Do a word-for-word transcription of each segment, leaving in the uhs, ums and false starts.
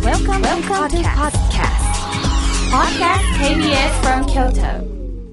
Welcome, Welcome to podcast. Podcast ケービーエス from Kyoto.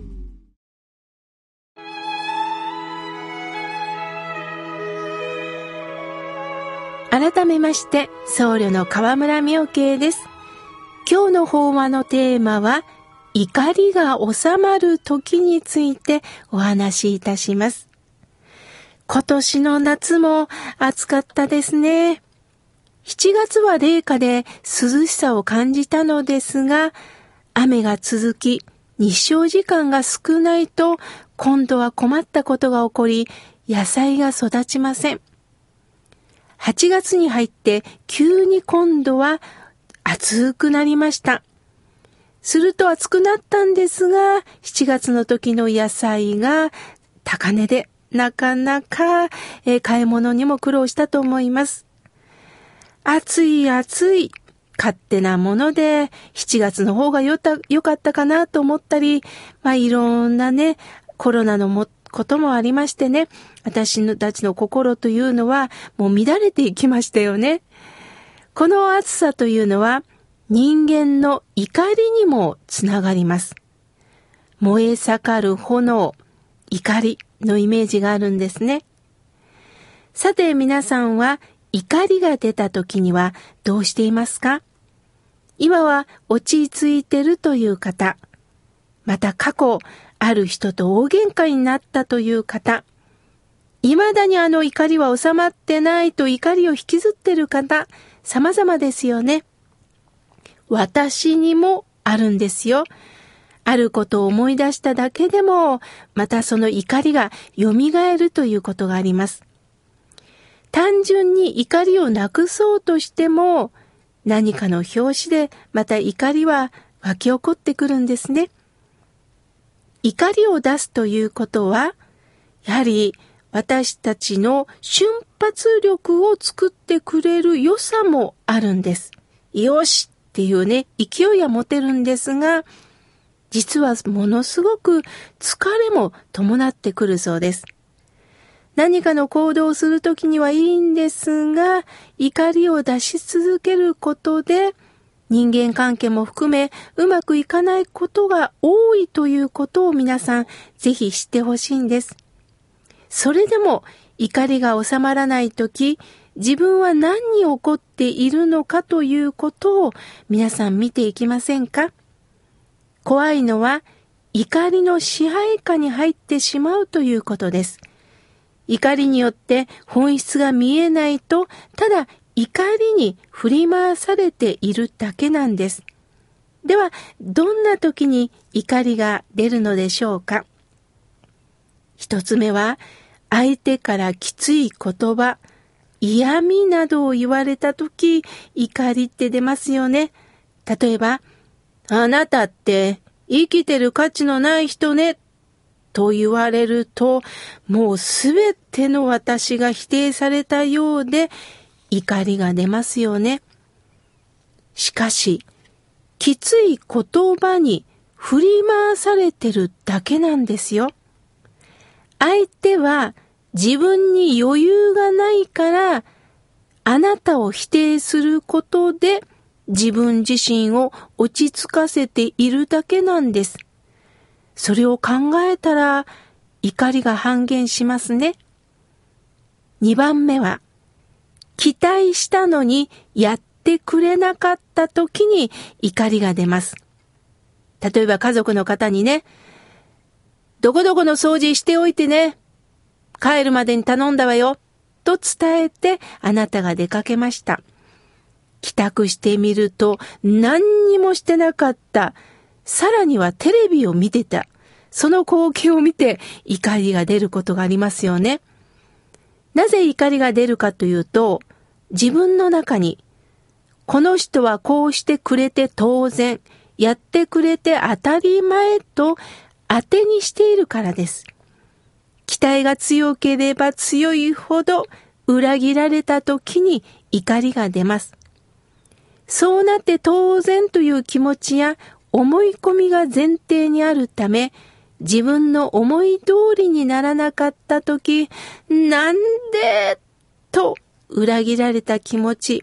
改めまして、僧侶の河村妙慶です。今日の法話のテーマは、怒りが収まる時についてお話しいたします。今年の夏も暑かったですね。しちがつは冷夏で涼しさを感じたのですが、雨が続き、日照時間が少ないと、今度は困ったことが起こり、野菜が育ちません。はちがつに入って急に今度は暑くなりました。すると暑くなったんですが、しちがつの時の野菜が高値でなかなか、えー、買い物にも苦労したと思います。暑い暑い勝手なものでしちがつの方がよた良かったかなと思ったり、まあいろんなねコロナのもこともありましてね、私たちの心というのはもう乱れていきましたよね。この暑さというのは人間の怒りにもつながります。燃え盛る炎、怒りのイメージがあるんですね。さて皆さんは怒りが出た時にはどうしていますか？今は落ち着いてるという方、また過去ある人と大喧嘩になったという方、未だにあの怒りは収まってないと怒りを引きずってる方、様々ですよね。私にもあるんですよ。あることを思い出しただけでも、またその怒りが蘇るということがあります。単純に怒りをなくそうとしても、何かの拍子でまた怒りは湧き起こってくるんですね。怒りを出すということは、やはり私たちの瞬発力を作ってくれる良さもあるんです。よしっていうね、勢いは持てるんですが、実はものすごく疲れも伴ってくるそうです。何かの行動をするときにはいいんですが、怒りを出し続けることで、人間関係も含めうまくいかないことが多いということを皆さんぜひ知ってほしいんです。それでも怒りが収まらないとき、自分は何に起こっているのかということを皆さん見ていきませんか？怖いのは怒りの支配下に入ってしまうということです。怒りによって本質が見えないと、ただ怒りに振り回されているだけなんです。では、どんな時に怒りが出るのでしょうか？一つ目は、相手からきつい言葉、嫌味などを言われた時、怒りって出ますよね。例えば、あなたって生きてる価値のない人ね、と言われると、もうすべての私が否定されたようで、怒りが出ますよね。しかし、きつい言葉に振り回されてるだけなんですよ。相手は自分に余裕がないから、あなたを否定することで自分自身を落ち着かせているだけなんです。それを考えたら怒りが半減しますね。にばんめは、期待したのにやってくれなかった時に怒りが出ます。例えば家族の方にね、どこどこの掃除しておいてね、帰るまでに頼んだわよ、と伝えてあなたが出かけました。帰宅してみると何にもしてなかった。さらにはテレビを見てた。その光景を見て怒りが出ることがありますよね。なぜ怒りが出るかというと、自分の中に、この人はこうしてくれて当然、やってくれて当たり前と当てにしているからです。期待が強ければ強いほど裏切られた時に怒りが出ます。そうなって当然という気持ちや思い込みが前提にあるため、自分の思い通りにならなかったとき、なんでと裏切られた気持ち、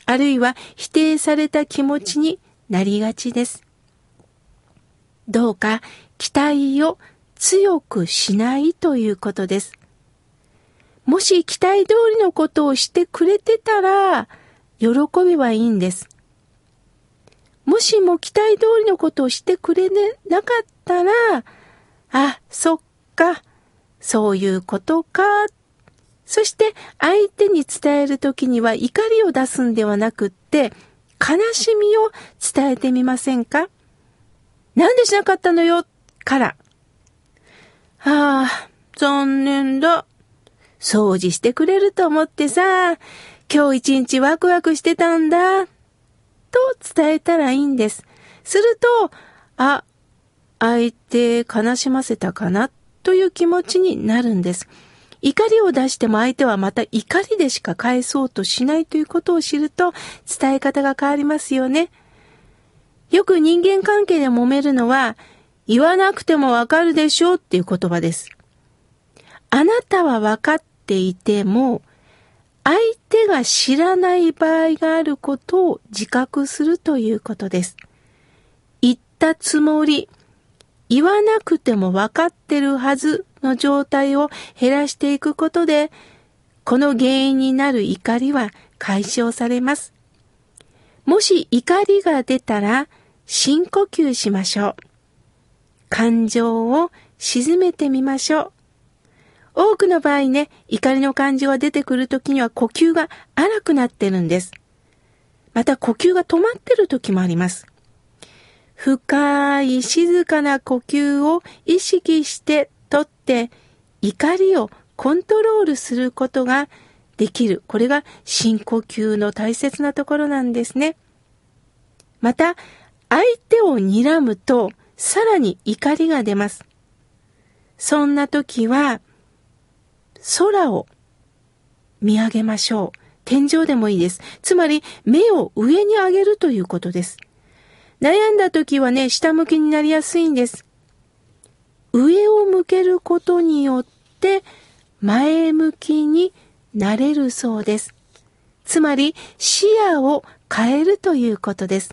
あるいは否定された気持ちになりがちです。どうか期待を強くしないということです。もし期待通りのことをしてくれてたら、喜べばいいんです。もしも期待通りのことをしてくれなかったら、あ、そっか、そういうことか。そして相手に伝えるときには怒りを出すんではなくって、悲しみを伝えてみませんか？なんでしなかったのよから。はあ、残念だ。掃除してくれると思ってさ、今日一日ワクワクしてたんだ。と伝えたらいいんです。すると、あ、相手悲しませたかなという気持ちになるんです。怒りを出しても相手はまた怒りでしか返そうとしないということを知ると伝え方が変わりますよね。よく人間関係で揉めるのは、言わなくてもわかるでしょうっていう言葉です。あなたはわかっていても、相手が知らない場合があることを自覚するということです。言ったつもり、言わなくてもわかってるはずの状態を減らしていくことで、この原因になる怒りは解消されます。もし怒りが出たら深呼吸しましょう。感情を鎮めてみましょう。多くの場合ね、怒りの感情が出てくるときには呼吸が荒くなってるんです。また呼吸が止まってるときもあります。深い静かな呼吸を意識してとって怒りをコントロールすることができる。これが深呼吸の大切なところなんですね。また相手を睨むとさらに怒りが出ます。そんな時は空を見上げましょう。天井でもいいです。つまり目を上に上げるということです。悩んだ時はね、下向きになりやすいんです。上を向けることによって前向きになれるそうです。つまり視野を変えるということです。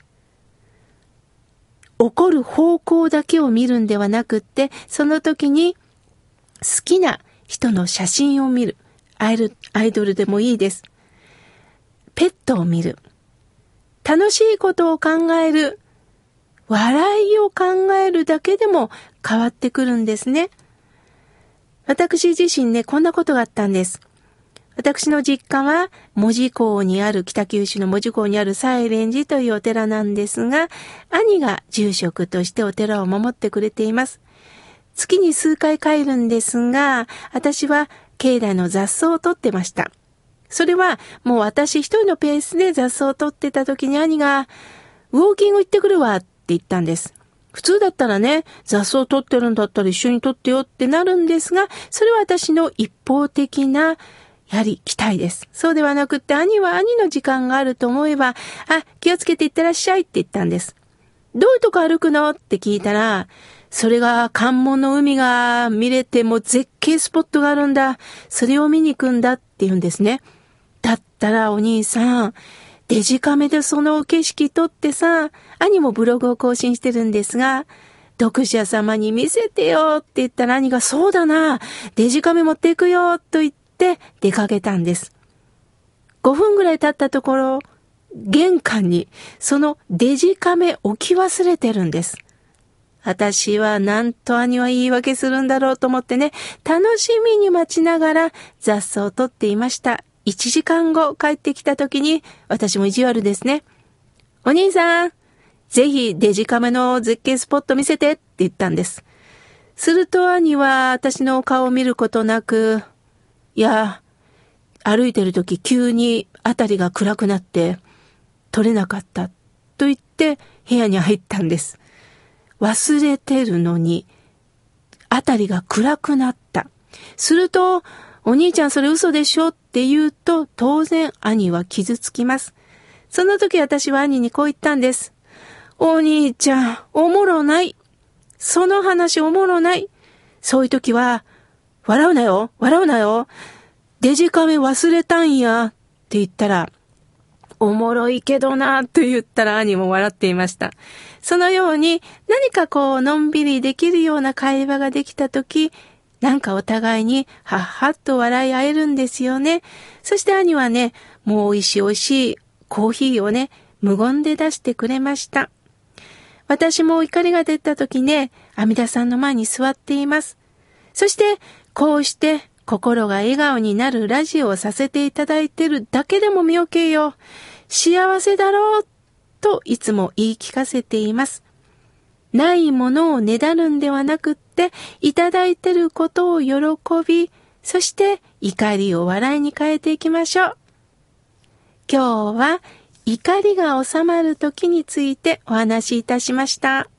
怒る方向だけを見るんではなくって、その時に好きな人の写真を見る。アイル、アイドルでもいいです。ペットを見る。楽しいことを考える。笑いを考えるだけでも変わってくるんですね。私自身ね、こんなことがあったんです。私の実家は門司港にある、北九州の門司港にある西蓮寺というお寺なんですが、兄が住職としてお寺を守ってくれています。月に数回帰るんですが、私は境内の雑草を取ってました。それはもう私一人のペースで雑草を取ってた時に兄が、ウォーキング行ってくるわって言ったんです。普通だったらね、雑草を取ってるんだったら一緒に取ってよってなるんですが、それは私の一方的なやはり期待です。そうではなくって、兄は兄の時間があると思えば、あ、気をつけていってらっしゃいって言ったんです。どういうとこ歩くのって聞いたら、それが関門の海が見れても絶景スポットがあるんだ。それを見に行くんだって言うんですね。だったらお兄さん、デジカメでその景色撮ってさ、兄もブログを更新してるんですが、読者様に見せてよって言ったら兄が、そうだな、デジカメ持っていくよと言って出かけたんです。ごふんぐらい経ったところ、玄関にそのデジカメ置き忘れてるんです。私はなんと兄は言い訳するんだろうと思ってね、楽しみに待ちながら雑草を取っていました。いちじかんご帰ってきた時に、私も意地悪ですね。お兄さん、ぜひデジカメの絶景スポット見せてって言ったんです。すると兄は私の顔を見ることなく、いや、歩いてる時急に辺りが暗くなって撮れなかったと言って部屋に入ったんです。忘れてるのに辺りが暗くなった。すると、お兄ちゃんそれ嘘でしょって言うと、当然兄は傷つきます。その時私は兄にこう言ったんです。お兄ちゃん、おもろない。その話おもろない。そういう時は、笑うなよ、笑うなよ。デジカメ忘れたんやって言ったら、 おもろいけどなと言ったら兄も笑っていました。そのように何かこうのんびりできるような会話ができたとき、なんかお互いにはっはっと笑い合えるんですよね。そして兄はね、もう美味しい美味しいコーヒーをね、無言で出してくれました。私も怒りが出たときね、阿弥陀さんの前に座っています。そしてこうして心が笑顔になるラジオをさせていただいてるだけでも妙見よ。幸せだろうといつも言い聞かせています。ないものをねだるんではなくって、いただいてることを喜び、そして怒りを笑いに変えていきましょう。今日は怒りが収まる時についてお話しいたしました。